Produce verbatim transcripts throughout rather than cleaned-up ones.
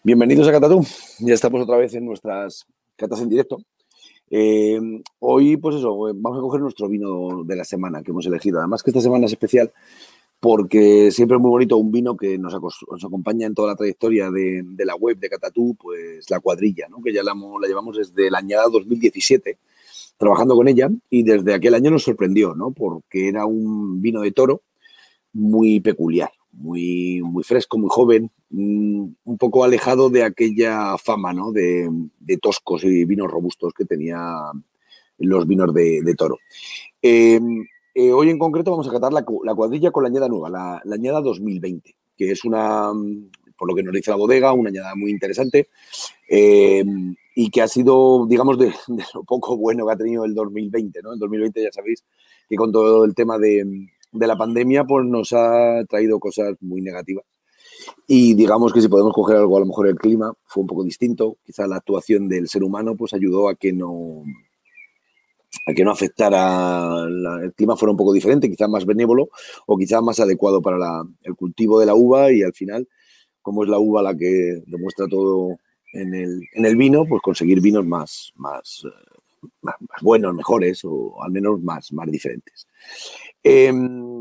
Bienvenidos a Catatú. Ya estamos otra vez en nuestras catas en directo. Eh, hoy, pues eso, vamos a coger nuestro vino de la semana que hemos elegido. Además que esta semana es especial porque siempre es muy bonito un vino que nos, nos acompaña en toda la trayectoria de, de la web de Catatú, pues la cuadrilla, ¿no? Que ya la, la llevamos desde la añada dos mil diecisiete, trabajando con ella, y desde aquel año nos sorprendió, ¿no? Porque era un vino de toro muy peculiar, muy, muy fresco, muy joven, un poco alejado de aquella fama, ¿no? de, de toscos y vinos robustos que tenía los vinos de, de toro. Eh, eh, hoy en concreto vamos a catar la, la cuadrilla con la añada nueva, la, la añada dos mil veinte, que es una, por lo que nos dice la bodega, una añada muy interesante eh, y que ha sido, digamos, de, de lo poco bueno que ha tenido el dos mil veinte, ¿no? El dos mil veinte ya sabéis que con todo el tema de, de la pandemia pues nos ha traído cosas muy negativas. Y digamos que si podemos coger algo, a lo mejor el clima fue un poco distinto, quizá la actuación del ser humano pues ayudó a que no, a que no afectara, la, el clima fuera un poco diferente, quizá más benévolo o quizá más adecuado para la, el cultivo de la uva, y al final, como es la uva la que demuestra todo en el, en el vino, pues conseguir vinos más, más, más, más buenos, mejores o al menos más, más diferentes. Eh,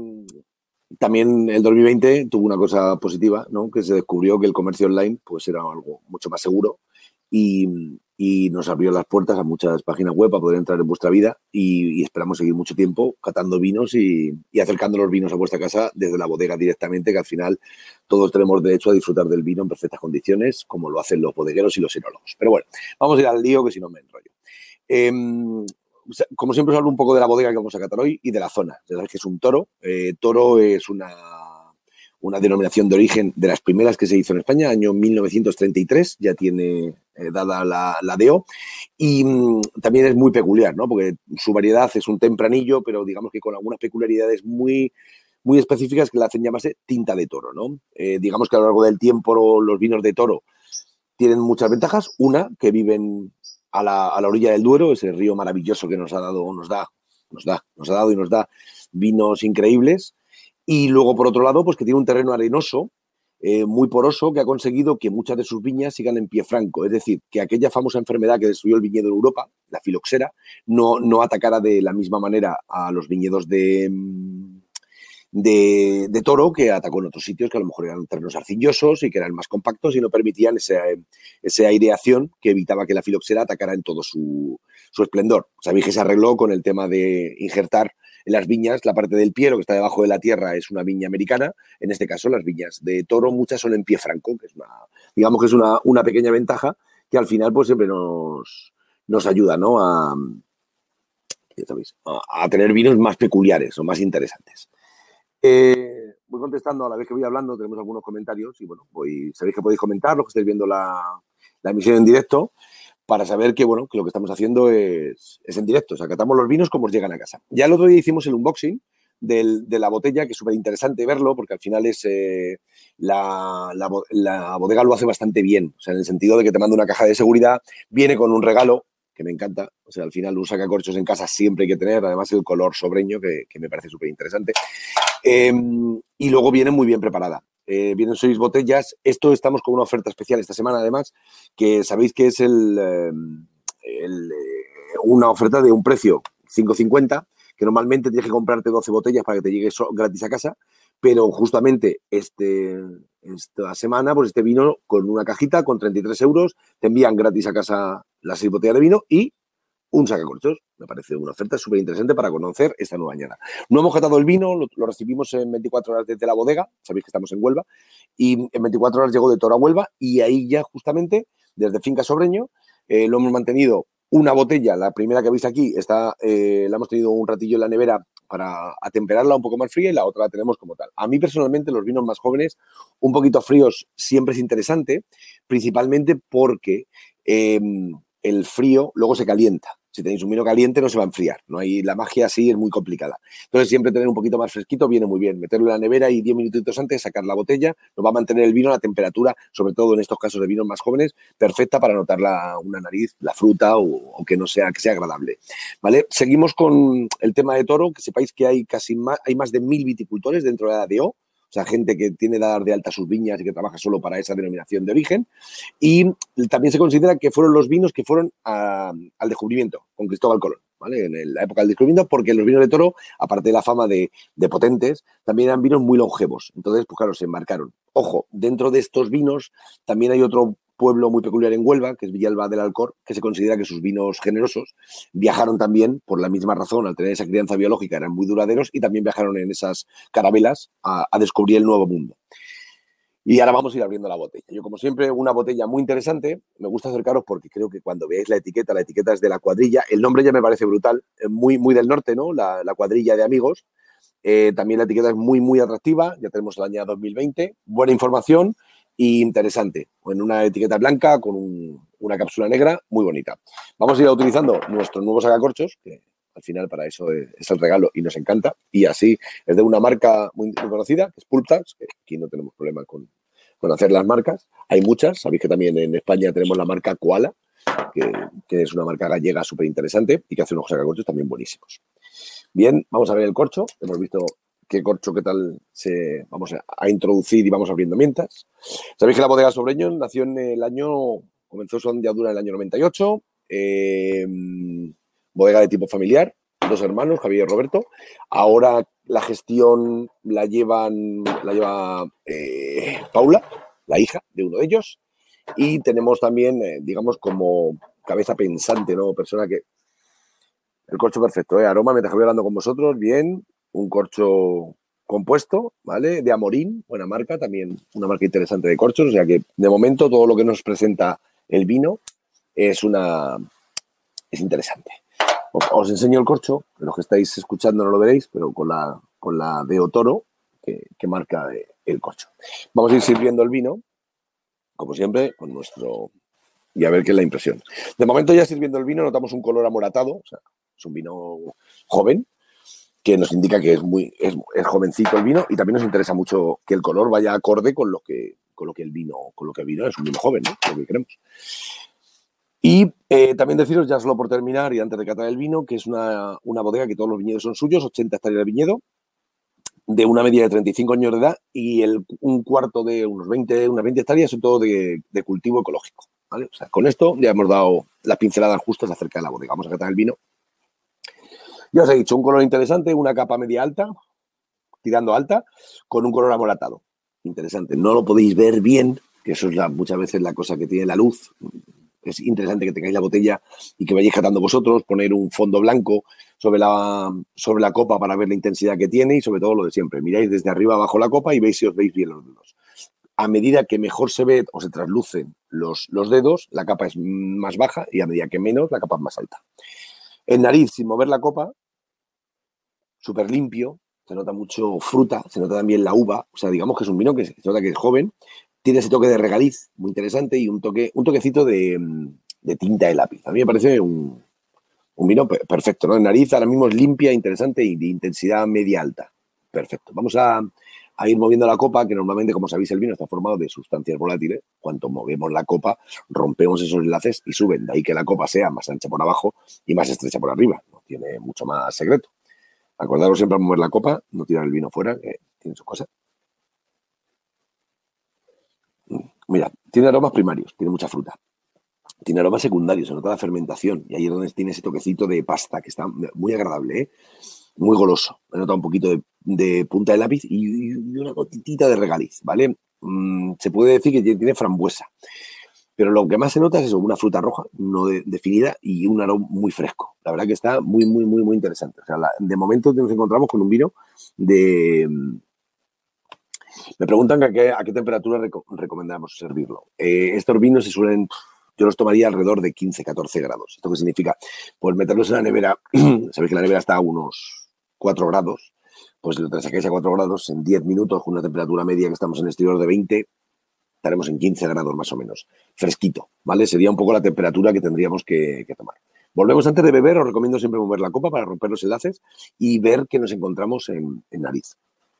También el dos mil veinte tuvo una cosa positiva, ¿no? Que se descubrió que el comercio online pues era algo mucho más seguro y, y nos abrió las puertas a muchas páginas web para poder entrar en vuestra vida, y, y esperamos seguir mucho tiempo catando vinos y, y acercando los vinos a vuestra casa desde la bodega directamente, que al final todos tenemos derecho a disfrutar del vino en perfectas condiciones, como lo hacen los bodegueros y los enólogos. Pero bueno, vamos a ir al lío, que si no me enrollo. Eh, Como siempre os hablo un poco de la bodega que vamos a catar hoy y de la zona. Ya sabéis que es un toro. Eh, toro es una, una denominación de origen de las primeras que se hizo en España, año mil novecientos treinta y tres, ya tiene eh, dada la, la D O, y mmm, también es muy peculiar, ¿no? Porque su variedad es un tempranillo, pero digamos que con algunas peculiaridades muy, muy específicas que la hacen llamarse tinta de toro, ¿no? Eh, digamos que a lo largo del tiempo los vinos de toro tienen muchas ventajas. Una, que viven a la, a la orilla del Duero, ese río maravilloso que nos ha dado, nos da, nos da, nos ha dado y nos da vinos increíbles. Y luego, por otro lado, pues que tiene un terreno arenoso, eh, muy poroso, que ha conseguido que muchas de sus viñas sigan en pie franco. Es decir, que aquella famosa enfermedad que destruyó el viñedo en Europa, la filoxera, no, no atacara de la misma manera a los viñedos de, de, de toro, que atacó en otros sitios que a lo mejor eran terrenos arcillosos y que eran más compactos y no permitían esa, esa aireación que evitaba que la filoxera atacara en todo su, su esplendor. Sabéis que se arregló con el tema de injertar en las viñas la parte del pie, lo que está debajo de la tierra es una viña americana. En este caso, las viñas de toro, muchas son en pie franco, que es una, digamos que es una, una pequeña ventaja que al final pues siempre nos, nos ayuda, ¿no? a, ya sabéis, a, a tener vinos más peculiares o más interesantes. Eh, voy contestando a la vez que voy hablando, tenemos algunos comentarios y bueno, voy, sabéis que podéis comentar los que estáis viendo la, la emisión en directo, para saber que, bueno, que lo que estamos haciendo es, es en directo, o sea, catamos los vinos como os llegan a casa. Ya el otro día hicimos el unboxing del, de la botella, que es súper interesante verlo, porque al final es eh, la, la, la bodega lo hace bastante bien, o sea, en el sentido de que te manda una caja de seguridad, viene con un regalo, que me encanta, o sea, al final un sacacorchos en casa siempre hay que tener, además el color sobreño, que, que me parece súper interesante. Eh, y luego viene muy bien preparada. Eh, vienen seis botellas. Esto estamos con una oferta especial esta semana, además, que sabéis que es el, eh, el, eh, una oferta de un precio cinco cincuenta, que normalmente tienes que comprarte doce botellas para que te llegue gratis a casa, pero justamente este, esta semana, pues este vino con una cajita con treinta y tres euros, te envían gratis a casa las seis botellas de vino y un sacacorchos. Me parece una oferta súper interesante para conocer esta nueva añada. No hemos catado el vino, lo, lo recibimos en veinticuatro horas desde la bodega, sabéis que estamos en Huelva, y en veinticuatro horas llegó de Toro a Huelva, y ahí ya justamente, desde Finca Sobreño, eh, lo hemos mantenido una botella, la primera que veis aquí, está, eh, la hemos tenido un ratillo en la nevera para atemperarla un poco más fría, y la otra la tenemos como tal. A mí personalmente los vinos más jóvenes, un poquito fríos, siempre es interesante, principalmente porque eh, el frío luego se calienta. Si tenéis un vino caliente no se va a enfriar, ¿no? Ahí la magia así es muy complicada. Entonces siempre tener un poquito más fresquito viene muy bien. Meterlo en la nevera y diez minutitos antes sacar la botella, nos va a mantener el vino a la temperatura, sobre todo en estos casos de vinos más jóvenes, perfecta para notar la, una nariz, la fruta o, o que no sea, que sea agradable, ¿vale? Seguimos con el tema de toro, que sepáis que hay casi más, hay más de mil viticultores dentro de la D O, o sea, gente que tiene que dar de alta sus viñas y que trabaja solo para esa denominación de origen. Y también se considera que fueron los vinos que fueron a, al descubrimiento con Cristóbal Colón, ¿vale? En la época del descubrimiento, porque los vinos de Toro, aparte de la fama de, de potentes, también eran vinos muy longevos. Entonces, pues claro, se embarcaron. Ojo, dentro de estos vinos también hay otro pueblo muy peculiar en Huelva, que es Villalba del Alcor, que se considera que sus vinos generosos viajaron también por la misma razón, al tener esa crianza biológica, eran muy duraderos y también viajaron en esas carabelas a, a descubrir el nuevo mundo. Y ahora vamos a ir abriendo la botella. Yo, como siempre, una botella muy interesante. Me gusta acercaros porque creo que cuando veáis la etiqueta, la etiqueta es de La Cuadrilla. El nombre ya me parece brutal, muy, muy del norte, ¿no? La, la cuadrilla de amigos. Eh, también la etiqueta es muy, muy atractiva. Ya tenemos el año dos mil veinte. Buena información y interesante. En una etiqueta blanca con un, una cápsula negra muy bonita. Vamos a ir utilizando nuestros nuevos sacacorchos, que al final para eso es, es el regalo y nos encanta. Y así es de una marca muy, muy conocida, que es Pulptax, que aquí no tenemos problema con, con hacer las marcas. Hay muchas. Sabéis que también en España tenemos la marca Koala, que, que es una marca gallega súper interesante y que hace unos sacacorchos también buenísimos. Bien, vamos a ver el corcho. Hemos visto qué corcho, qué tal se vamos a, a introducir y vamos abriendo mientras. Sabéis que la bodega Sobreño nació en el año, comenzó su andadura en el año noventa y ocho, eh, bodega de tipo familiar, dos hermanos, Javier y Roberto. Ahora la gestión la llevan, la lleva eh, Paula, la hija de uno de ellos, y tenemos también, eh, digamos, como cabeza pensante, ¿no? Persona que... El corcho perfecto, ¿eh? Aroma, mientras que voy hablando con vosotros, bien. Un corcho compuesto, ¿vale? De Amorín, buena marca, también una marca interesante de corchos. O sea que, de momento, todo lo que nos presenta el vino es una... es interesante. Os, os enseño el corcho, los que estáis escuchando no lo veréis, pero con la, con la de Otoro, que, que marca el corcho. Vamos a ir sirviendo el vino, como siempre, con nuestro... y a ver qué es la impresión. De momento, ya sirviendo el vino, notamos un color amoratado, o sea, es un vino joven, que nos indica que es muy es, es jovencito el vino, y también nos interesa mucho que el color vaya acorde con lo que, con lo que el vino, con lo que el vino es un vino joven, ¿no? Lo que queremos. Y eh, también deciros, ya solo por terminar y antes de catar el vino, que es una, una bodega que todos los viñedos son suyos, ochenta hectáreas de viñedo, de una media de treinta y cinco años de edad, y el, un cuarto de unos veinte, unas veinte hectáreas son todo de, de cultivo ecológico, ¿vale? O sea, con esto ya hemos dado las pinceladas justas acerca de la bodega. Vamos a catar el vino. Ya os he dicho, un color interesante, una capa media alta, tirando alta, con un color amoratado. Interesante. No lo podéis ver bien, que eso es la, muchas veces la cosa que tiene la luz. Es interesante que tengáis la botella y que vayáis catando vosotros, poner un fondo blanco sobre la, sobre la copa para ver la intensidad que tiene y sobre todo lo de siempre. Miráis desde arriba abajo la copa y veis si os veis bien los dedos. A medida que mejor se ve o se traslucen los, los dedos, la capa es más baja, y a medida que menos, la capa es más alta. En nariz, sin mover la copa, súper limpio, se nota mucho fruta, se nota también la uva, o sea, digamos que es un vino que se nota que es joven, tiene ese toque de regaliz muy interesante y un toque, un toquecito de, de tinta de lápiz. A mí me parece un, un vino perfecto, ¿no? En nariz ahora mismo es limpia, interesante y de intensidad media alta. Perfecto. Vamos a, a ir moviendo la copa, que normalmente, como sabéis, el vino está formado de sustancias volátiles. Cuanto movemos la copa, rompemos esos enlaces y suben. De ahí que la copa sea más ancha por abajo y más estrecha por arriba. No tiene mucho más secreto. Acordaros siempre a mover la copa, no tirar el vino fuera, que tiene sus cosas. Mira, tiene aromas primarios, tiene mucha fruta. Tiene aromas secundarios, se nota la fermentación. Y ahí es donde tiene ese toquecito de pasta, que está muy agradable, ¿eh? Muy goloso. Me nota un poquito de, de punta de lápiz y, y una gotitita de regaliz, ¿vale? Mm, se puede decir que tiene, tiene frambuesa. Pero lo que más se nota es eso, una fruta roja, no de, definida, y un aroma muy fresco. La verdad que está muy, muy, muy, muy interesante. O sea, la, de momento nos encontramos con un vino de... Me preguntan a qué, a qué temperatura reco recomendamos servirlo. Eh, estos vinos se suelen... Yo los tomaría alrededor de quince, catorce grados. ¿Esto qué significa? Pues meterlos en la nevera. Sabéis que la nevera está a unos cuatro grados. Pues lo sacáis a cuatro grados en diez minutos con una temperatura media que estamos en el exterior de veinte. Estaremos en quince grados más o menos. Fresquito, ¿vale? Sería un poco la temperatura que tendríamos que, que tomar. Volvemos antes de beber. Os recomiendo siempre mover la copa para romper los enlaces y ver que nos encontramos en, en nariz.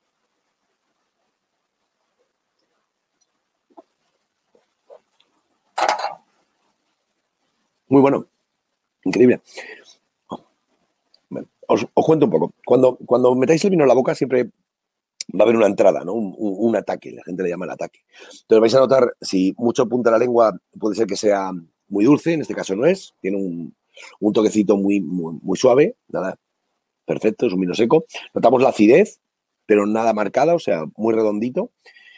Muy bueno. Increíble. Bueno, os, os cuento un poco. Cuando, cuando metáis el vino en la boca, siempre va a haber una entrada, ¿no? Un, un, un ataque, la gente le llama el ataque. Entonces vais a notar, si mucho punta la lengua, puede ser que sea muy dulce, en este caso no es, tiene un, un toquecito muy, muy, muy suave, nada, perfecto, es un vino seco. Notamos la acidez, pero nada marcada, o sea, muy redondito.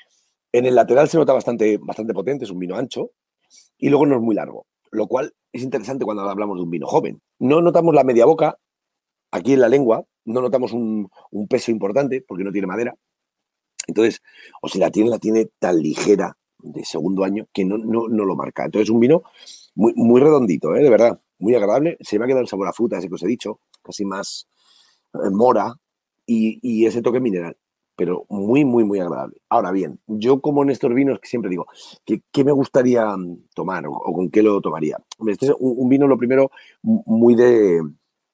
En el lateral se nota bastante, bastante potente, es un vino ancho, y luego no es muy largo, lo cual es interesante cuando hablamos de un vino joven. No notamos la media boca, aquí en la lengua, no notamos un, un peso importante, porque no tiene madera. Entonces, o si la tiene, la tiene tan ligera de segundo año que no, no, no lo marca. Entonces, un vino muy, muy redondito, ¿eh? De verdad, muy agradable. Se me ha quedado el sabor a fruta, ese que os he dicho, casi más eh, mora y, y ese toque mineral, pero muy, muy, muy agradable. Ahora bien, yo como en estos vinos que siempre digo, que, ¿qué me gustaría tomar o, o con qué lo tomaría? Este es un, un vino, lo primero, muy de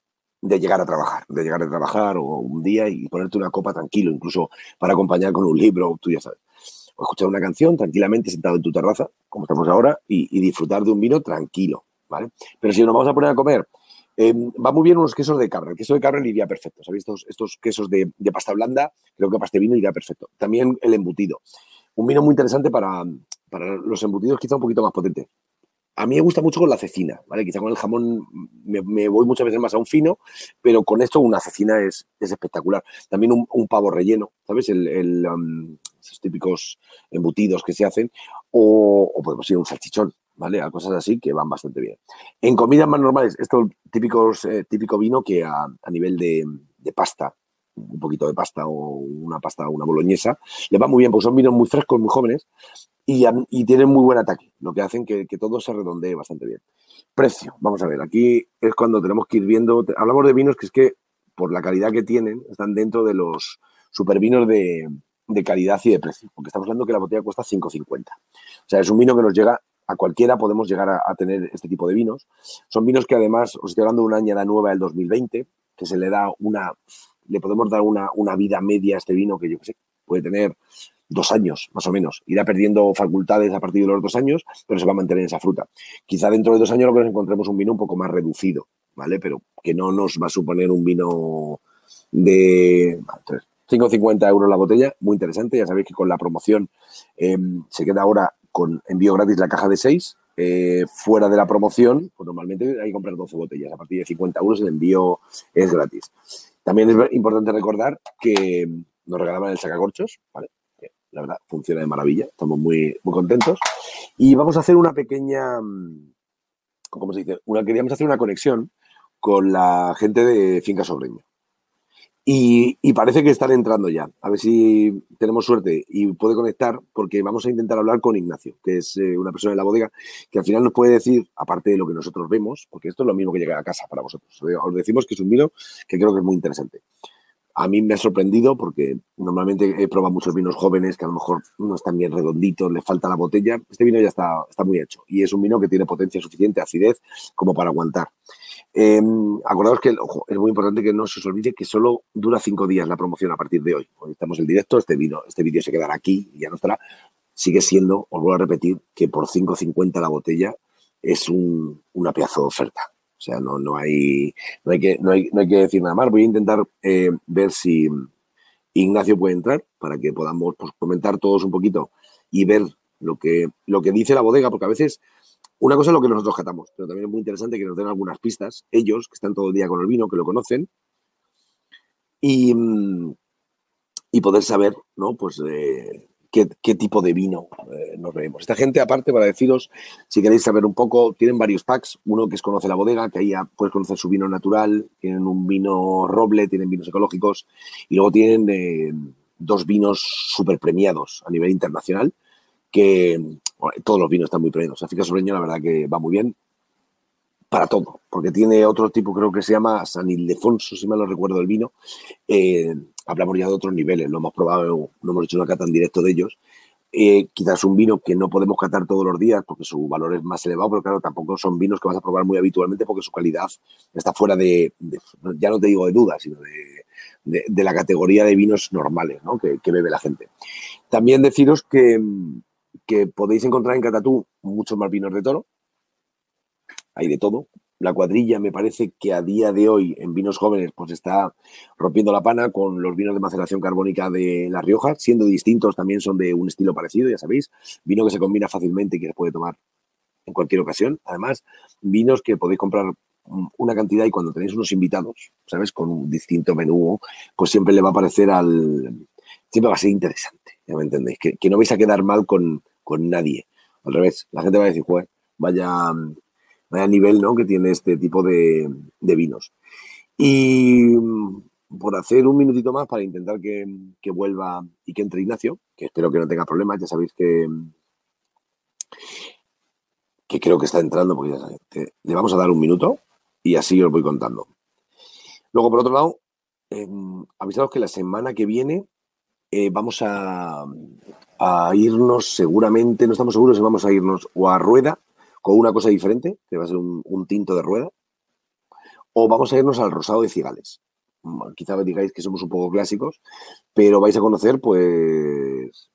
de llegar a trabajar, de llegar a trabajar o un día y ponerte una copa tranquilo, incluso para acompañar con un libro, tú ya sabes. O escuchar una canción tranquilamente sentado en tu terraza, como estamos ahora, y, y disfrutar de un vino tranquilo, ¿vale? Pero si nos vamos a poner a comer, eh, va muy bien unos quesos de cabra. El queso de cabra le iría perfecto, ¿sabéis? Estos, estos quesos de, de pasta blanda, creo que para este vino iría perfecto. También el embutido. Un vino muy interesante para, para los embutidos, quizá un poquito más potente. A mí me gusta mucho con la cecina, ¿vale? Quizá con el jamón me, me voy muchas veces más a un fino, pero con esto una cecina es, es espectacular. También un, un pavo relleno, ¿sabes? El, el, um, esos típicos embutidos que se hacen, o, o podemos ir a un salchichón, ¿vale? A cosas así que van bastante bien. En comidas más normales, estos típicos, eh, típico vino que a, a nivel de, de pasta, un poquito de pasta o una pasta, una boloñesa, le va muy bien porque son vinos muy frescos, muy jóvenes, y, y tienen muy buen ataque, lo que hacen que, que todo se redondee bastante bien. Precio, vamos a ver, aquí es cuando tenemos que ir viendo, hablamos de vinos que es que por la calidad que tienen, están dentro de los supervinos de, de calidad y de precio, porque estamos hablando que la botella cuesta cinco cincuenta. O sea, es un vino que nos llega a cualquiera, podemos llegar a, a tener este tipo de vinos. Son vinos que además, os estoy hablando de una añada nueva del dos mil veinte, que se le da una, le podemos dar una, una vida media a este vino que yo qué sé, puede tener dos años, más o menos. Irá perdiendo facultades a partir de los dos años, pero se va a mantener esa fruta. Quizá dentro de dos años lo que nos encontremos un vino un poco más reducido, ¿vale? Pero que no nos va a suponer un vino de cinco cincuenta euros la botella, muy interesante. Ya sabéis que con la promoción eh, se queda ahora con envío gratis la caja de seis. Eh, fuera de la promoción, pues normalmente hay que comprar doce botellas. A partir de cincuenta euros el envío es gratis. También es importante recordar que nos regalaban el sacacorchos, ¿vale? La verdad, funciona de maravilla. Estamos muy, muy contentos. Y vamos a hacer una pequeña, ¿cómo se dice? Una, queríamos hacer una conexión con la gente de Finca Sobreño. Y, y parece que están entrando ya. A ver si tenemos suerte y puede conectar, porque vamos a intentar hablar con Ignacio, que es eh, una persona de la bodega, que al final nos puede decir, aparte de lo que nosotros vemos, porque esto es lo mismo que llega a casa para vosotros. Os decimos que es un vino que creo que es muy interesante. A mí me ha sorprendido porque normalmente he probado muchos vinos jóvenes que a lo mejor no están bien redonditos, les falta la botella. Este vino ya está, está muy hecho y es un vino que tiene potencia suficiente, acidez, como para aguantar. Eh, acordaos que, ojo, es muy importante que no se os olvide que solo dura cinco días la promoción a partir de hoy. Hoy estamos en directo, este vino, este vídeo se quedará aquí y ya no estará. Sigue siendo, os vuelvo a repetir, que por cinco cincuenta la botella es un, una pedazo de oferta. O sea, no, no, hay, no, hay que, no, hay, no hay que decir nada más. Voy a intentar eh, ver si Ignacio puede entrar para que podamos pues, comentar todos un poquito y ver lo que, lo que dice la bodega, porque a veces una cosa es lo que nosotros catamos, pero también es muy interesante que nos den algunas pistas, ellos, que están todo el día con el vino, que lo conocen, y, y poder saber, ¿no? Pues eh, qué, qué tipo de vino eh, nos bebemos. Esta gente, aparte, para deciros, si queréis saber un poco, tienen varios packs. Uno que es Conoce la Bodega, que ahí ya puedes conocer su vino natural. Tienen un vino roble, tienen vinos ecológicos. Y luego tienen eh, dos vinos súper premiados a nivel internacional, que bueno, todos los vinos están muy premiados. Finca Sobreño, la verdad que va muy bien para todo, porque tiene otro tipo, creo que se llama San Ildefonso, si mal no recuerdo el vino. Eh, hablamos ya de otros niveles, lo hemos probado, no hemos hecho una cata en directo de ellos. Eh, quizás un vino que no podemos catar todos los días porque su valor es más elevado, pero claro, tampoco son vinos que vas a probar muy habitualmente porque su calidad está fuera de, de ya no te digo de dudas, sino de, de, de la categoría de vinos normales, ¿no? que, que bebe la gente. También deciros que, que podéis encontrar en Catatú muchos más vinos de toro, hay de todo. La cuadrilla me parece que a día de hoy en vinos jóvenes pues está rompiendo la pana con los vinos de maceración carbónica de La Rioja, siendo distintos también son de un estilo parecido, ya sabéis, vino que se combina fácilmente y que se puede tomar en cualquier ocasión. Además, vinos que podéis comprar una cantidad y cuando tenéis unos invitados, ¿sabes? Con un distinto menú, pues siempre le va a parecer al... Siempre va a ser interesante, ya me entendéis, que, que no vais a quedar mal con, con nadie. Al revés, la gente va a decir, joder, vaya, vaya nivel, ¿no?, que tiene este tipo de, de vinos. Y por hacer un minutito más para intentar que, que vuelva y que entre Ignacio, que espero que no tenga problemas, ya sabéis que que creo que está entrando, porque ya sabéis, que le vamos a dar un minuto y así os voy contando. Luego, por otro lado, eh, avisaros que la semana que viene eh, vamos a, a irnos seguramente, no estamos seguros si vamos a irnos o a Rueda con una cosa diferente, que va a ser un, un tinto de Rueda, o vamos a irnos al Rosado de Cigales. Bueno, quizá me digáis que somos un poco clásicos, pero vais a conocer, pues,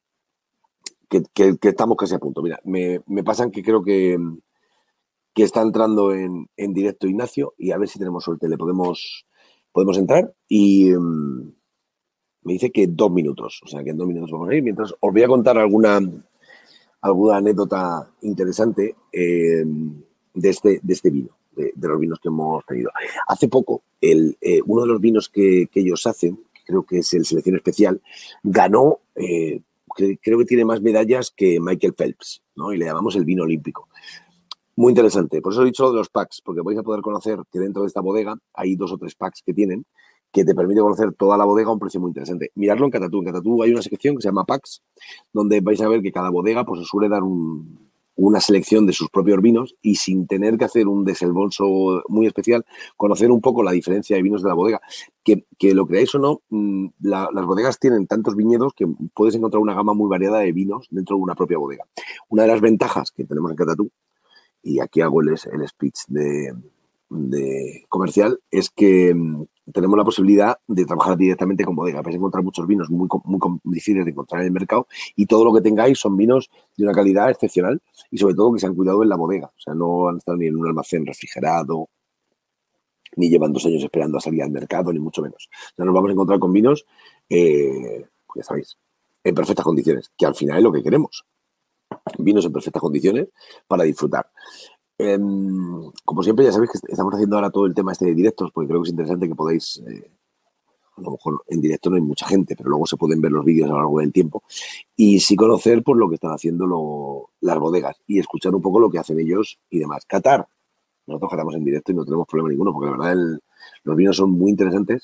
que, que, que estamos casi a punto. Mira, me, me pasan que creo que, que está entrando en, en directo Ignacio y a ver si tenemos suerte, le podemos, podemos entrar y um, me dice que dos minutos, o sea que en dos minutos vamos a ir. Mientras os voy a contar alguna, alguna anécdota interesante eh, de, este, de este vino, de, de los vinos que hemos tenido. Hace poco, el, eh, uno de los vinos que, que ellos hacen, creo que es el Selección Especial, ganó, eh, creo que tiene más medallas que Michael Phelps, ¿no? Y le llamamos el vino olímpico. Muy interesante. Por eso he dicho lo de los packs, porque vais a poder conocer que dentro de esta bodega hay dos o tres packs que tienen que te permite conocer toda la bodega a un precio muy interesante. Miradlo en Catatú. En Catatú hay una sección que se llama packs, donde vais a ver que cada bodega pues, os suele dar un, una selección de sus propios vinos y sin tener que hacer un desembolso muy especial, conocer un poco la diferencia de vinos de la bodega. Que, que lo creáis o no, la, las bodegas tienen tantos viñedos que puedes encontrar una gama muy variada de vinos dentro de una propia bodega. Una de las ventajas que tenemos en Catatú, y aquí hago el, el speech de, de comercial, es que tenemos la posibilidad de trabajar directamente con bodega. Vais a encontrar muchos vinos muy, muy difíciles de encontrar en el mercado y todo lo que tengáis son vinos de una calidad excepcional y sobre todo que se han cuidado en la bodega. O sea, no han estado ni en un almacén refrigerado, ni llevan dos años esperando a salir al mercado, ni mucho menos. O sea, nos vamos a encontrar con vinos, eh, pues ya sabéis, en perfectas condiciones, que al final es lo que queremos. Vinos en perfectas condiciones para disfrutar. Eh, como siempre, ya sabéis que estamos haciendo ahora todo el tema este de directos, porque creo que es interesante que podáis, eh, a lo mejor en directo no hay mucha gente, pero luego se pueden ver los vídeos a lo largo del tiempo y sí conocer por lo que están haciendo lo, las bodegas y escuchar un poco lo que hacen ellos y demás. Catar, nosotros catamos en directo y no tenemos problema ninguno, porque la verdad el, los vinos son muy interesantes.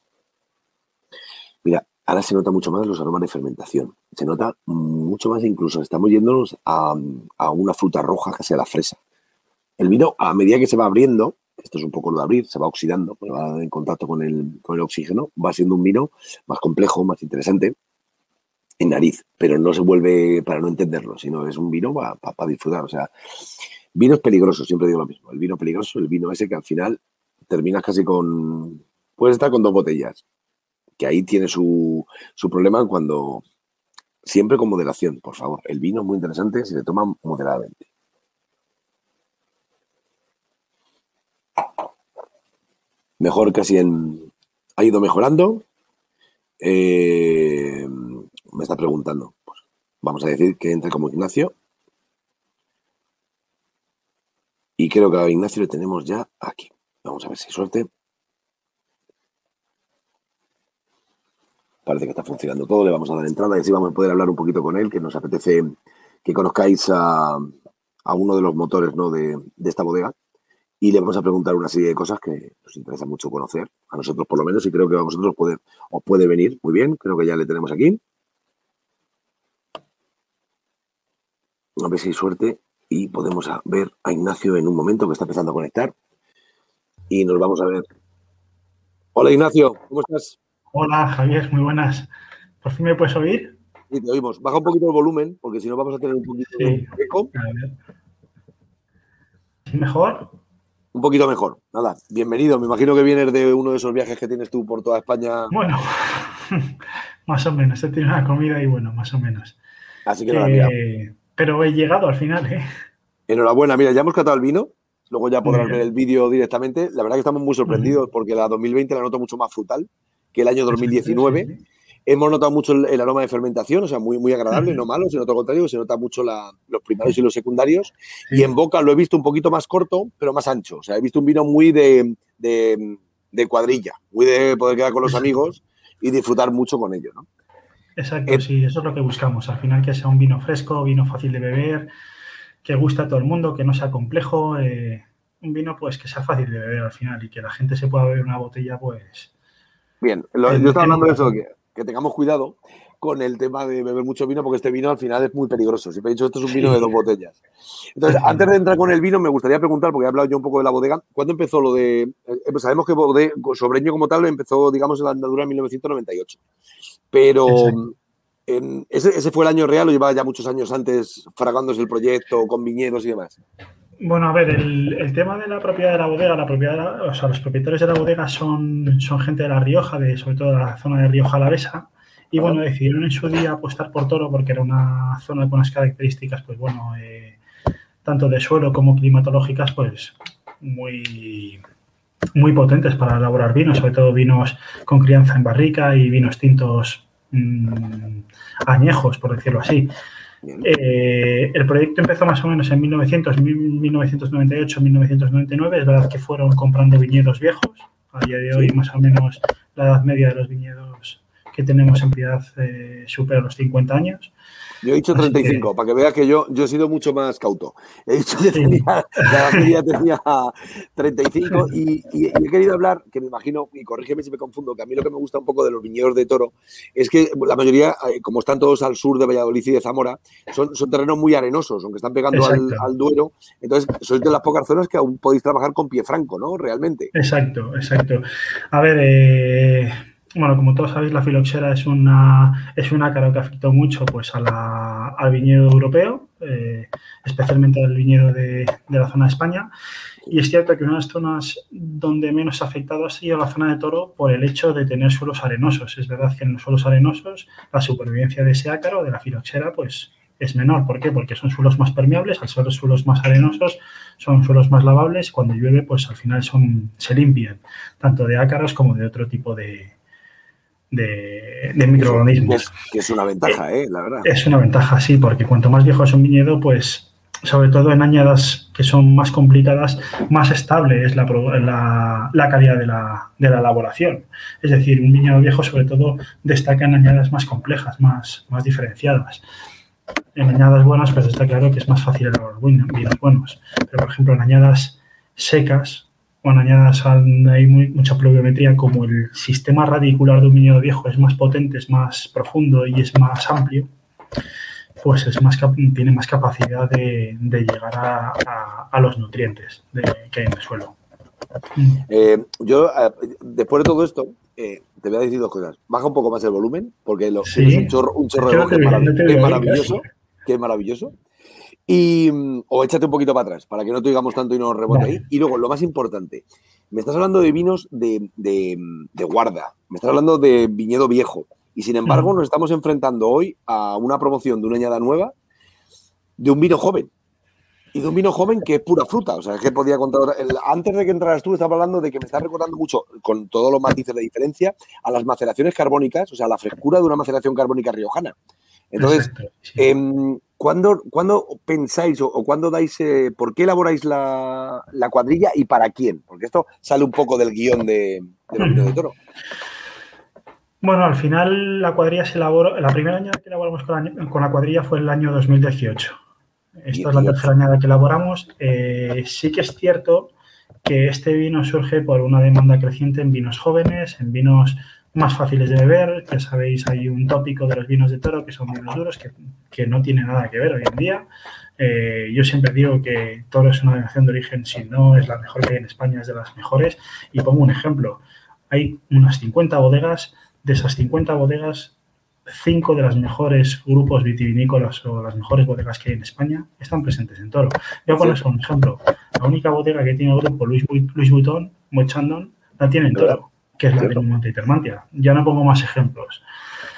Mira, ahora se nota mucho más los aromas de fermentación. Se nota mucho más, incluso estamos yéndonos a, a una fruta roja, casi a la fresa. El vino, a medida que se va abriendo, esto es un poco lo de abrir, se va oxidando, va en contacto con el, con el oxígeno, va siendo un vino más complejo, más interesante en nariz, pero no se vuelve para no entenderlo, sino es un vino para pa, pa disfrutar. O sea, vinos peligrosos, siempre digo lo mismo. El vino peligroso, el vino ese que al final terminas casi con... Puedes estar con dos botellas, que ahí tiene su, su problema cuando... Siempre con moderación, por favor. El vino es muy interesante si se toma moderadamente. Mejor casi en... Ha ido mejorando. Eh, me está preguntando. Pues vamos a decir que entre como Ignacio. Y creo que a Ignacio le tenemos ya aquí. Vamos a ver si hay suerte. Parece que está funcionando todo. Le vamos a dar entrada y así vamos a poder hablar un poquito con él, que nos apetece que conozcáis a, a uno de los motores, ¿no?, de, de esta bodega. Y le vamos a preguntar una serie de cosas que nos interesa mucho conocer, a nosotros por lo menos, y creo que a vosotros puede, os puede venir muy bien. Creo que ya le tenemos aquí. A ver si hay suerte y podemos ver a Ignacio en un momento, que está empezando a conectar. Y nos vamos a ver. Hola, Ignacio, ¿cómo estás? Hola, Javier, muy buenas. ¿Por fin me puedes oír? Sí, te oímos. Baja un poquito el volumen, porque si no vamos a tener un poquito Sí. de eco. ¿Mejor? Un poquito mejor. Nada, bienvenido. Me imagino que vienes de uno de esos viajes que tienes tú por toda España. Bueno, más o menos. He tenido una comida y bueno, más o menos. Así que nada, mira. Eh, pero he llegado al final, ¿eh? Enhorabuena. Mira, ya hemos catado el vino. luego ya podrás ver el vídeo directamente. La verdad que estamos muy sorprendidos uh-huh. porque la dos mil veinte la noto mucho más frutal que el año dos mil diecinueve. Sí, sí. Hemos notado mucho el, el aroma de fermentación, o sea, muy, muy agradable, uh-huh. no malo, sino todo lo contrario, se nota mucho la, los primarios y los secundarios. Sí. Y en boca lo he visto un poquito más corto, pero más ancho. O sea, he visto un vino muy de, de, de cuadrilla, muy de poder quedar con los amigos y disfrutar mucho con ellos, ¿no? Exacto, eh, sí, eso es lo que buscamos. Al final que sea un vino fresco, vino fácil de beber, que guste a todo el mundo, que no sea complejo. Eh, un vino, pues, que sea fácil de beber al final y que la gente se pueda beber una botella, pues... Bien, lo, en, yo estaba hablando de eso, que, que tengamos cuidado con el tema de beber mucho vino, porque este vino al final es muy peligroso. Siempre he dicho, esto es un vino sí. de dos botellas. Entonces, sí. antes de entrar con el vino, me gustaría preguntar, porque he hablado yo un poco de la bodega, ¿cuándo empezó lo de...? Eh, pues sabemos que bodega, Sobreño como tal empezó, digamos, en la andadura en mil novecientos noventa y ocho. Pero en, ese, ese fue el año real, o llevaba ya muchos años antes fragándose el proyecto con viñedos y demás. Bueno, a ver, el, el tema de la propiedad de la bodega, la propiedad de la, o sea, los propietarios de la bodega son, son gente de La Rioja, de, sobre todo de la zona de Rioja Alavesa, y bueno, decidieron en su día apostar por Toro porque era una zona con unas características, pues bueno, eh, tanto de suelo como climatológicas, pues muy, muy potentes para elaborar vinos, sobre todo vinos con crianza en barrica y vinos tintos mmm, añejos, por decirlo así. Eh, el proyecto empezó más o menos en mil novecientos, mil novecientos noventa y ocho, mil novecientos noventa y nueve. Es verdad que fueron comprando viñedos viejos. A día de hoy, sí. más o menos, la edad media de los viñedos que tenemos en Piedad eh, supera los cincuenta años. Yo he dicho treinta y cinco, que... para que veas que yo, yo he sido mucho más cauto. He dicho que sí. tenía, la edad media tenía treinta y cinco y, y, y he querido hablar, que me imagino, y corrígeme si me confundo, que a mí lo que me gusta un poco de los viñedos de Toro es que la mayoría, como están todos al sur de Valladolid y de Zamora, son, son terrenos muy arenosos, aunque están pegando al, al Duero. Entonces, sois de las pocas zonas que aún podéis trabajar con pie franco, ¿no? Realmente. Exacto, exacto. A ver, eh... Bueno, como todos sabéis, la filoxera es una, es un ácaro que afectó mucho pues, a la, al viñedo europeo, eh, especialmente al viñedo de, de la zona de España. Y es cierto que una de las zonas donde menos ha afectado ha sido la zona de Toro por el hecho de tener suelos arenosos. Es verdad que en los suelos arenosos la supervivencia de ese ácaro, de la filoxera, pues es menor. ¿Por qué? Porque son suelos más permeables, al ser suelos más arenosos, son suelos más lavables. Cuando llueve, pues al final son, se limpian, tanto de ácaros como de otro tipo de... De, de microorganismos. Es, que es una ventaja, eh, la verdad. Es una ventaja, sí, porque cuanto más viejo es un viñedo, pues, sobre todo en añadas que son más complicadas, más estable es la, la, la calidad de la, de la elaboración. Es decir, un viñedo viejo, sobre todo, destaca en añadas más complejas, más, más diferenciadas. En añadas buenas, pues está claro que es más fácil elaborar vinos buenos. Pero, por ejemplo, en añadas secas, o en añadas hay muy, mucha pluviometría, como el sistema radicular de un viñedo viejo es más potente, es más profundo y es más amplio, pues es más, tiene más capacidad de, de llegar a, a, a los nutrientes de, que hay en el suelo. Eh, yo, después de todo esto, eh, te voy a decir dos cosas. Baja un poco más el volumen, porque lo, sí. tienes un chorro, un chorro de voz que, marav que es maravilloso, que es maravilloso. Y, o échate un poquito para atrás, para que no te oigamos tanto y no rebote vale. ahí. Y luego, lo más importante, me estás hablando de vinos de, de, de guarda, me estás hablando de viñedo viejo. Y sin embargo, uh-huh. nos estamos enfrentando hoy a una promoción de una añada nueva de un vino joven. Y de un vino joven que es pura fruta. O sea, es que podía contar... Antes de que entraras tú, estaba hablando de que me estás recordando mucho, con todos los matices de diferencia, a las maceraciones carbónicas, o sea, la frescura de una maceración carbónica riojana. Entonces, sí. eh, ¿cuándo, ¿cuándo pensáis o, o cuándo dais, eh, por qué elaboráis la, la cuadrilla y para quién? Porque esto sale un poco del guión de, de los vinos de Toro. Bueno, al final la cuadrilla se elaboró, la primera añada que elaboramos con la, con la cuadrilla fue el año dos mil dieciocho. Esta dieciocho. Es la tercera añada que elaboramos. Eh, sí que es cierto que este vino surge por una demanda creciente en vinos jóvenes, en vinos más fáciles de beber. Ya sabéis, hay un tópico de los vinos de Toro que son vinos duros, que, que no tiene nada que ver hoy en día. Eh, yo siempre digo que Toro es una denominación de origen, si no es la mejor que hay en España, es de las mejores. Y pongo un ejemplo. Hay unas cincuenta bodegas. De esas cincuenta bodegas, cinco de los mejores grupos vitivinícolas o las mejores bodegas que hay en España están presentes en Toro. Voy a poner un ejemplo. La única bodega que tiene el grupo Louis, Louis Vuitton, Moet Chandon, la tiene en Toro, que es la de Monte Termantia. Ya no pongo más ejemplos.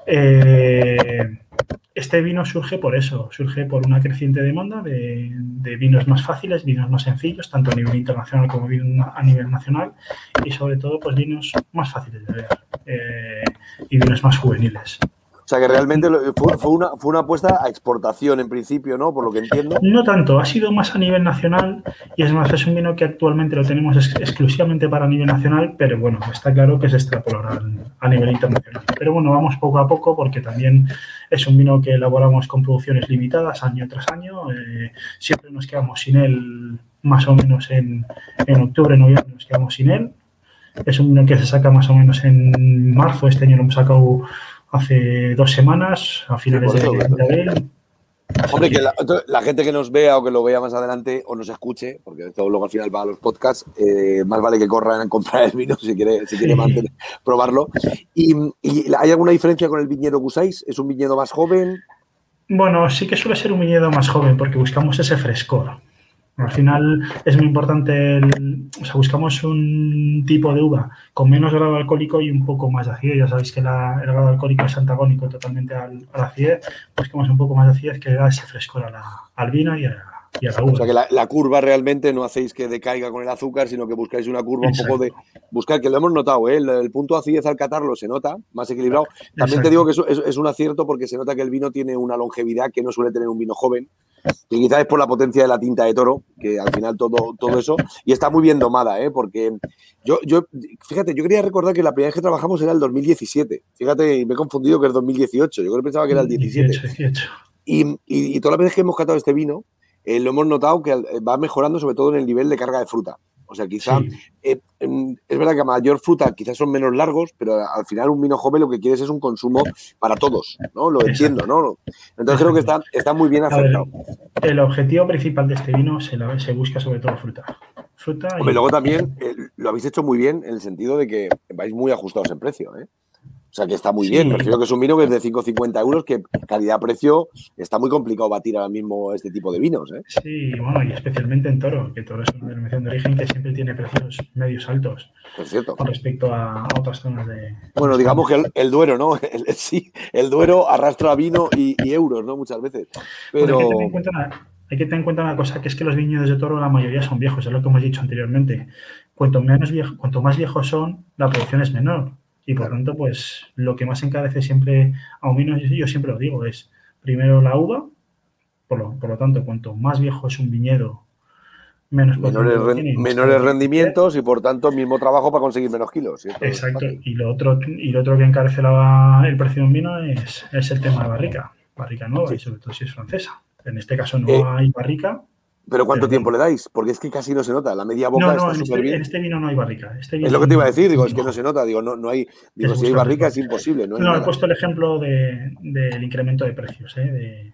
Eh, este vino surge por eso, surge por una creciente demanda de, de vinos más fáciles, vinos más sencillos, tanto a nivel internacional como a nivel nacional, y sobre todo pues vinos más fáciles de beber eh, y vinos más juveniles. O sea, que realmente fue, fue, una, fue una apuesta a exportación en principio, ¿no? Por lo que entiendo. No tanto, ha sido más a nivel nacional y es más, es un vino que actualmente lo tenemos ex exclusivamente para nivel nacional, pero bueno, está claro que se extrapolará a nivel internacional. Pero bueno, vamos poco a poco porque también es un vino que elaboramos con producciones limitadas año tras año. Eh, siempre nos quedamos sin él más o menos en, en octubre, noviembre nos quedamos sin él. Es un vino que se saca más o menos en marzo, este año lo hemos sacado hace dos semanas, a finales sí, de, de abril. Hombre, que la, la gente que nos vea o que lo vea más adelante o nos escuche, porque esto luego al final va a los podcasts, eh, más vale que corran a comprar el vino si quiere, si quiere mantener, probarlo. ¿Y, ¿Y hay alguna diferencia con el viñedo que usáis? ¿Es un viñedo más joven? Bueno, sí que suele ser un viñedo más joven porque buscamos ese frescor. Al final es muy importante, el, o sea, buscamos un tipo de uva con menos grado alcohólico y un poco más de acidez. Ya sabéis que la, el grado alcohólico es antagónico totalmente al, a la acidez. Buscamos un poco más de acidez que da ese frescor a la, al vino y a, y a la uva. O sea que la, la curva realmente no hacéis que decaiga con el azúcar, sino que buscáis una curva Exacto. un poco de... Buscar, que lo hemos notado, ¿eh? el, el punto de acidez al catarlo se nota más equilibrado. También Exacto. te digo que eso es, es un acierto porque se nota que el vino tiene una longevidad que no suele tener un vino joven. Que quizás es por la potencia de la tinta de toro, que al final todo, todo eso, y está muy bien domada, ¿eh? Porque yo, yo, fíjate, yo quería recordar que la primera vez que trabajamos era el dos mil diecisiete, fíjate, me he confundido que es dos mil dieciocho, yo creo que pensaba que era el diecisiete. dieciocho, dieciocho. Y, y, y todas las veces que hemos catado este vino, eh, lo hemos notado que va mejorando sobre todo en el nivel de carga de fruta. O sea, quizá, sí. eh, es verdad que a mayor fruta quizás son menos largos, pero al final un vino joven lo que quieres es un consumo para todos, ¿no? Lo entiendo, ¿no? Entonces creo que está, está muy bien acertado. El objetivo principal de este vino se, la, se busca sobre todo fruta. Fruta y... Hombre, luego también eh, lo habéis hecho muy bien en el sentido de que vais muy ajustados en precio, ¿eh? O sea, que está muy sí. bien. Me refiero que es un vino que es de cinco cincuenta euros, que calidad-precio está muy complicado batir ahora mismo este tipo de vinos, ¿eh? Sí, bueno, y especialmente en Toro, que Toro es una denominación de origen que siempre tiene precios medios altos. Es cierto. Con respecto a, a otras zonas de... Bueno, digamos que el, el Duero, ¿no? El, el, sí, el Duero arrastra vino y, y euros, ¿no? Muchas veces. Pero... Bueno, hay, que tener en cuenta una, hay que tener en cuenta una cosa, que es que los viñedos de Toro la mayoría son viejos, es lo que hemos dicho anteriormente. Cuanto, menos viejo, cuanto más viejos son, la producción es menor. Y por claro. tanto, pues lo que más encarece siempre a un vino, yo siempre lo digo, es primero la uva, por lo, por lo tanto, cuanto más viejo es un viñedo, menos menores, ren, tiene, menores rendimientos y por tanto mismo trabajo para conseguir menos kilos. ¿Cierto? Exacto. Y lo otro, y lo otro que encarece la, el precio de un vino es, es el tema de barrica, barrica nueva sí. y sobre todo si es francesa. En este caso no eh, hay barrica. ¿Pero cuánto pero tiempo bueno. le dais? Porque es que casi no se nota. La media boca no, no, está en súper este, bien. En este vino no hay barrica. Este vino es lo que te iba a decir. Digo, no. es que no se nota. Digo, no, no hay. Digo, es si hay barrica es imposible. No, hay no nada. he puesto el ejemplo de, del incremento de precios, ¿eh? De,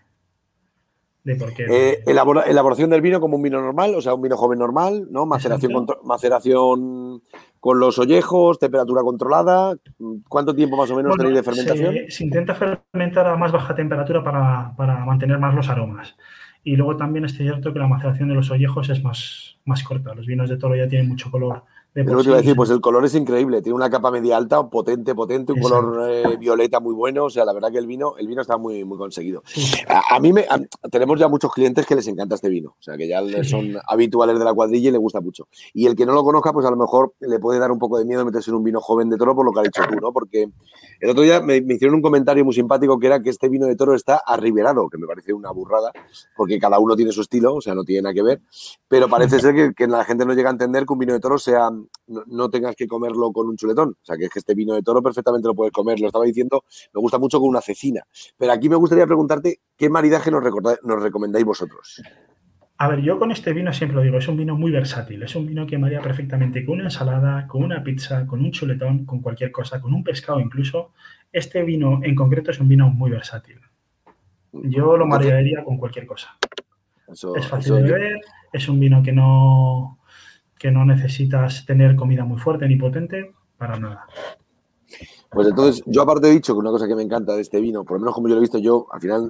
de por qué. Eh, elabora, elaboración del vino como un vino normal, o sea, un vino joven normal, ¿no? Maceración, contro, maceración con los ollejos, temperatura controlada. ¿Cuánto tiempo más o menos bueno, tenéis de fermentación? Se, se intenta fermentar a más baja temperatura para, para mantener más los aromas. Y luego también es cierto que la maceración de los ollejos es más, más corta. Los vinos de Toro ya tienen mucho color. De es lo que te iba a decir, pues el color es increíble. Tiene una capa media alta, potente, potente, un Exacto. color eh, violeta muy bueno. O sea, la verdad que el vino, el vino está muy, muy conseguido. Sí. A, a, mí me, a, tenemos ya muchos clientes que les encanta este vino. O sea, que ya sí. son habituales de la cuadrilla y les gusta mucho. Y el que no lo conozca, pues a lo mejor le puede dar un poco de miedo meterse en un vino joven de Toro por lo que has dicho tú, ¿no? Porque el otro día me, me hicieron un comentario muy simpático que era que este vino de Toro está arriberado, que me parece una burrada, porque cada uno tiene su estilo, o sea, no tiene nada que ver. Pero parece ser que, que la gente no llega a entender que un vino de Toro sea, no, no tengas que comerlo con un chuletón. O sea, que es que este vino de Toro perfectamente lo puedes comer. Lo estaba diciendo, me gusta mucho con una cecina. Pero aquí me gustaría preguntarte qué maridaje nos, nos recomendáis vosotros. A ver, yo con este vino siempre lo digo, es un vino muy versátil. Es un vino que marida perfectamente con una ensalada, con una pizza, con un chuletón, con cualquier cosa, con un pescado incluso. Este vino en concreto es un vino muy versátil. Yo lo maridaría con cualquier cosa. Eso, es fácil eso... de beber, es un vino que no... que no necesitas tener comida muy fuerte ni potente, para nada. Pues entonces, yo aparte he dicho que una cosa que me encanta de este vino, por lo menos como yo lo he visto yo, al final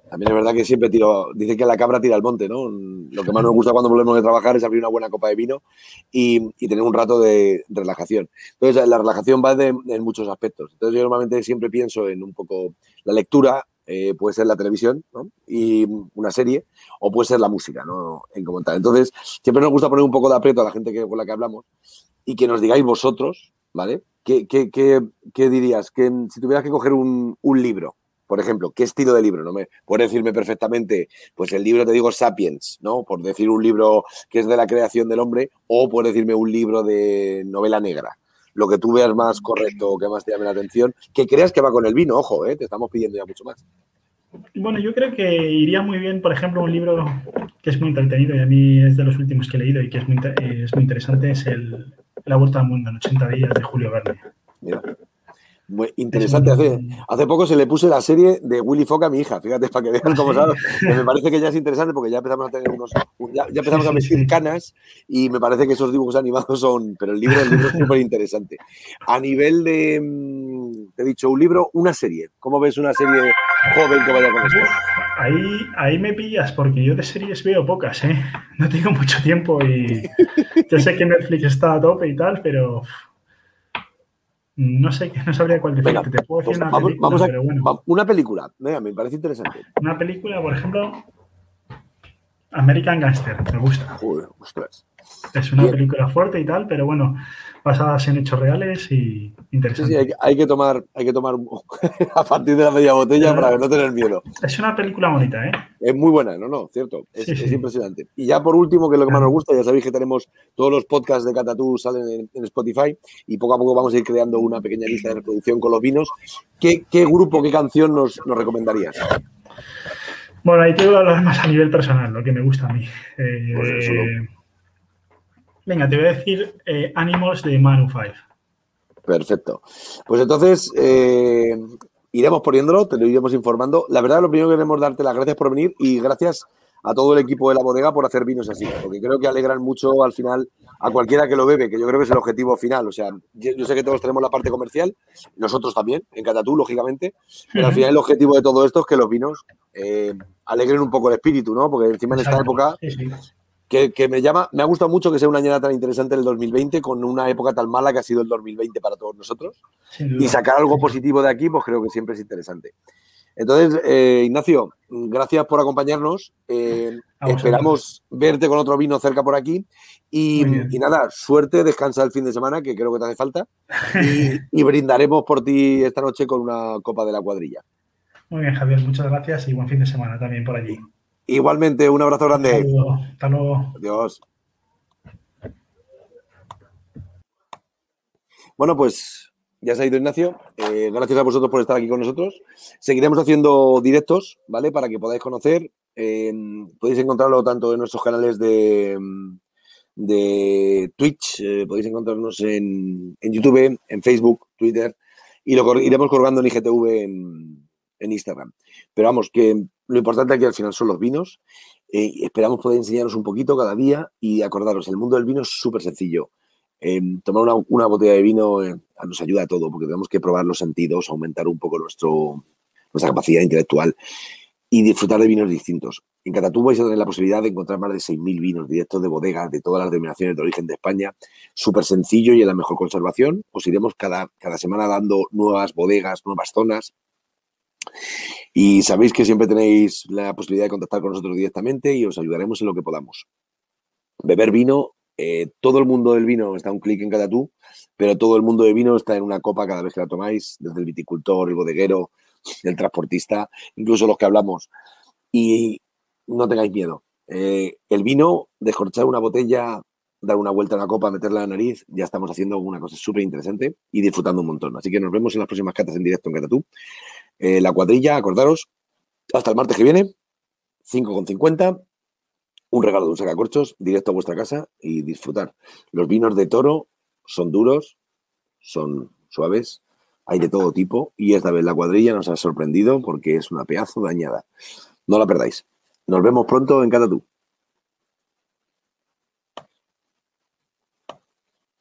También es verdad que siempre tiro, dice que la cabra tira al monte, ¿no? Lo que más nos gusta cuando volvemos de trabajar es abrir una buena copa de vino y, y tener un rato de relajación. Entonces, la relajación va de, en muchos aspectos. Entonces, yo normalmente siempre pienso en un poco la lectura, eh, puede ser la televisión, ¿no? Y una serie, o puede ser la música, ¿no? En comentar. Entonces, siempre nos gusta poner un poco de aprieto a la gente que, con la que hablamos y que nos digáis vosotros, ¿vale? ¿Qué, qué, qué, qué dirías? Que si tuvieras que coger un, un libro, por ejemplo, ¿qué estilo de libro? No me puedes decirme perfectamente, pues el libro, te digo, Sapiens, ¿no? Por decir un libro que es de la creación del hombre, o puedes decirme un libro de novela negra. Lo que tú veas más correcto o que más te llame la atención, que creas que va con el vino, ojo, ¿eh? Te estamos pidiendo ya mucho más. Bueno, yo creo que iría muy bien, por ejemplo, un libro que es muy entretenido y a mí es de los últimos que he leído y que es muy, es muy interesante, es el La Vuelta al Mundo en ochenta días de Julio Verne. Mira. Muy interesante. Un... Hace, hace poco se le puse la serie de Willy Fogg a mi hija, fíjate, para que veas ¿Ah, cómo sí? sabes. Que me parece que ya es interesante porque ya empezamos a tener unos. Ya, ya empezamos sí, a vestir sí, sí. canas y me parece que esos dibujos animados son. Pero el libro, el libro es súper interesante. A nivel de. Te he dicho, un libro, una serie. ¿Cómo ves una serie joven que vaya con esto? Ahí, ahí me pillas porque yo de series veo pocas, ¿eh? No tengo mucho tiempo y. Yo sé que Netflix está a tope y tal, pero. No sé, no sabría cuál decirte. Venga, te puedo decir pues una vamos, película, vamos a, pero bueno. Una película, venga, me parece interesante. Una película, por ejemplo, American Gangster, me gusta. Joder, ostras. Es una Bien. película fuerte y tal, pero bueno, basadas en hechos reales y interesante. Sí, sí, hay, hay que tomar, hay que tomar a partir de la media botella pero, para no tener miedo. Es una película bonita, ¿eh? Es muy buena, no, no, cierto. Es, sí, sí. es impresionante. Y ya por último, que es lo que más nos gusta, ya sabéis que tenemos todos los podcasts de Catatú salen en, en Spotify y poco a poco vamos a ir creando una pequeña lista de reproducción con los vinos. ¿Qué, qué grupo, qué canción nos, nos recomendarías? Bueno, ahí te voy a hablar más a nivel personal, lo que me gusta a mí. Eh, pues eso, ¿no? Venga, te voy a decir eh, Animals de Maroon cinco. Perfecto. Pues entonces, eh, iremos poniéndolo, te lo iremos informando. La verdad, lo primero que queremos darte las gracias por venir y gracias a todo el equipo de la bodega por hacer vinos así, porque creo que alegran mucho al final a cualquiera que lo bebe, que yo creo que es el objetivo final. O sea, yo sé que todos tenemos la parte comercial, nosotros también, en Catatú, lógicamente, pero uh-huh. al final el objetivo de todo esto es que los vinos eh, alegren un poco el espíritu, ¿no? Porque encima en esta época... Sí, sí. Que, que me llama, me ha gustado mucho que sea una añada tan interesante el dos mil veinte con una época tan mala que ha sido el dos mil veinte para todos nosotros y sacar algo positivo de aquí, pues creo que siempre es interesante. Entonces, eh, Ignacio, gracias por acompañarnos. Eh, esperamos verte con otro vino cerca por aquí y, y nada, suerte, descansa el fin de semana, que creo que te hace falta y, y brindaremos por ti esta noche con una copa de la cuadrilla. Muy bien, Javier, muchas gracias y buen fin de semana también por allí. Igualmente, un abrazo grande. Un saludo. Hasta luego. Adiós. Bueno, pues ya se ha ido Ignacio. Eh, gracias a vosotros por estar aquí con nosotros. Seguiremos haciendo directos, ¿vale? Para que podáis conocer. Eh, podéis encontrarlo tanto en nuestros canales de, de Twitch, eh, podéis encontrarnos en, en YouTube, en Facebook, Twitter, y lo iremos colgando en I G T V en, en Instagram. Pero vamos, que lo importante aquí al final son los vinos. Eh, esperamos poder enseñaros un poquito cada día y acordaros, el mundo del vino es súper sencillo. Eh, tomar una, una botella de vino eh, nos ayuda a todo porque tenemos que probar los sentidos, aumentar un poco nuestro, nuestra capacidad intelectual y disfrutar de vinos distintos. En Catatú vais a tener la posibilidad de encontrar más de seis mil vinos directos de bodegas de todas las denominaciones de origen de España. Súper sencillo y en la mejor conservación. Os iremos cada, cada semana dando nuevas bodegas, nuevas zonas. Y sabéis que siempre tenéis la posibilidad de contactar con nosotros directamente y os ayudaremos en lo que podamos. Beber vino, eh, todo el mundo del vino está a un clic en Catatú, pero todo el mundo del vino está en una copa cada vez que la tomáis, desde el viticultor, el bodeguero, el transportista, incluso los que hablamos. Y no tengáis miedo. Eh, el vino, descorchar una botella, dar una vuelta a la copa, meterla en la nariz, ya estamos haciendo una cosa súper interesante y disfrutando un montón. Así que nos vemos en las próximas catas en directo en Catatú. Eh, la cuadrilla, acordaros, hasta el martes que viene, cinco con cincuenta, un regalo de un sacacorchos directo a vuestra casa y disfrutar. Los vinos de Toro son duros, son suaves, hay de todo tipo y esta vez la cuadrilla nos ha sorprendido porque es una pedazo de añada. No la perdáis. Nos vemos pronto en Catatú.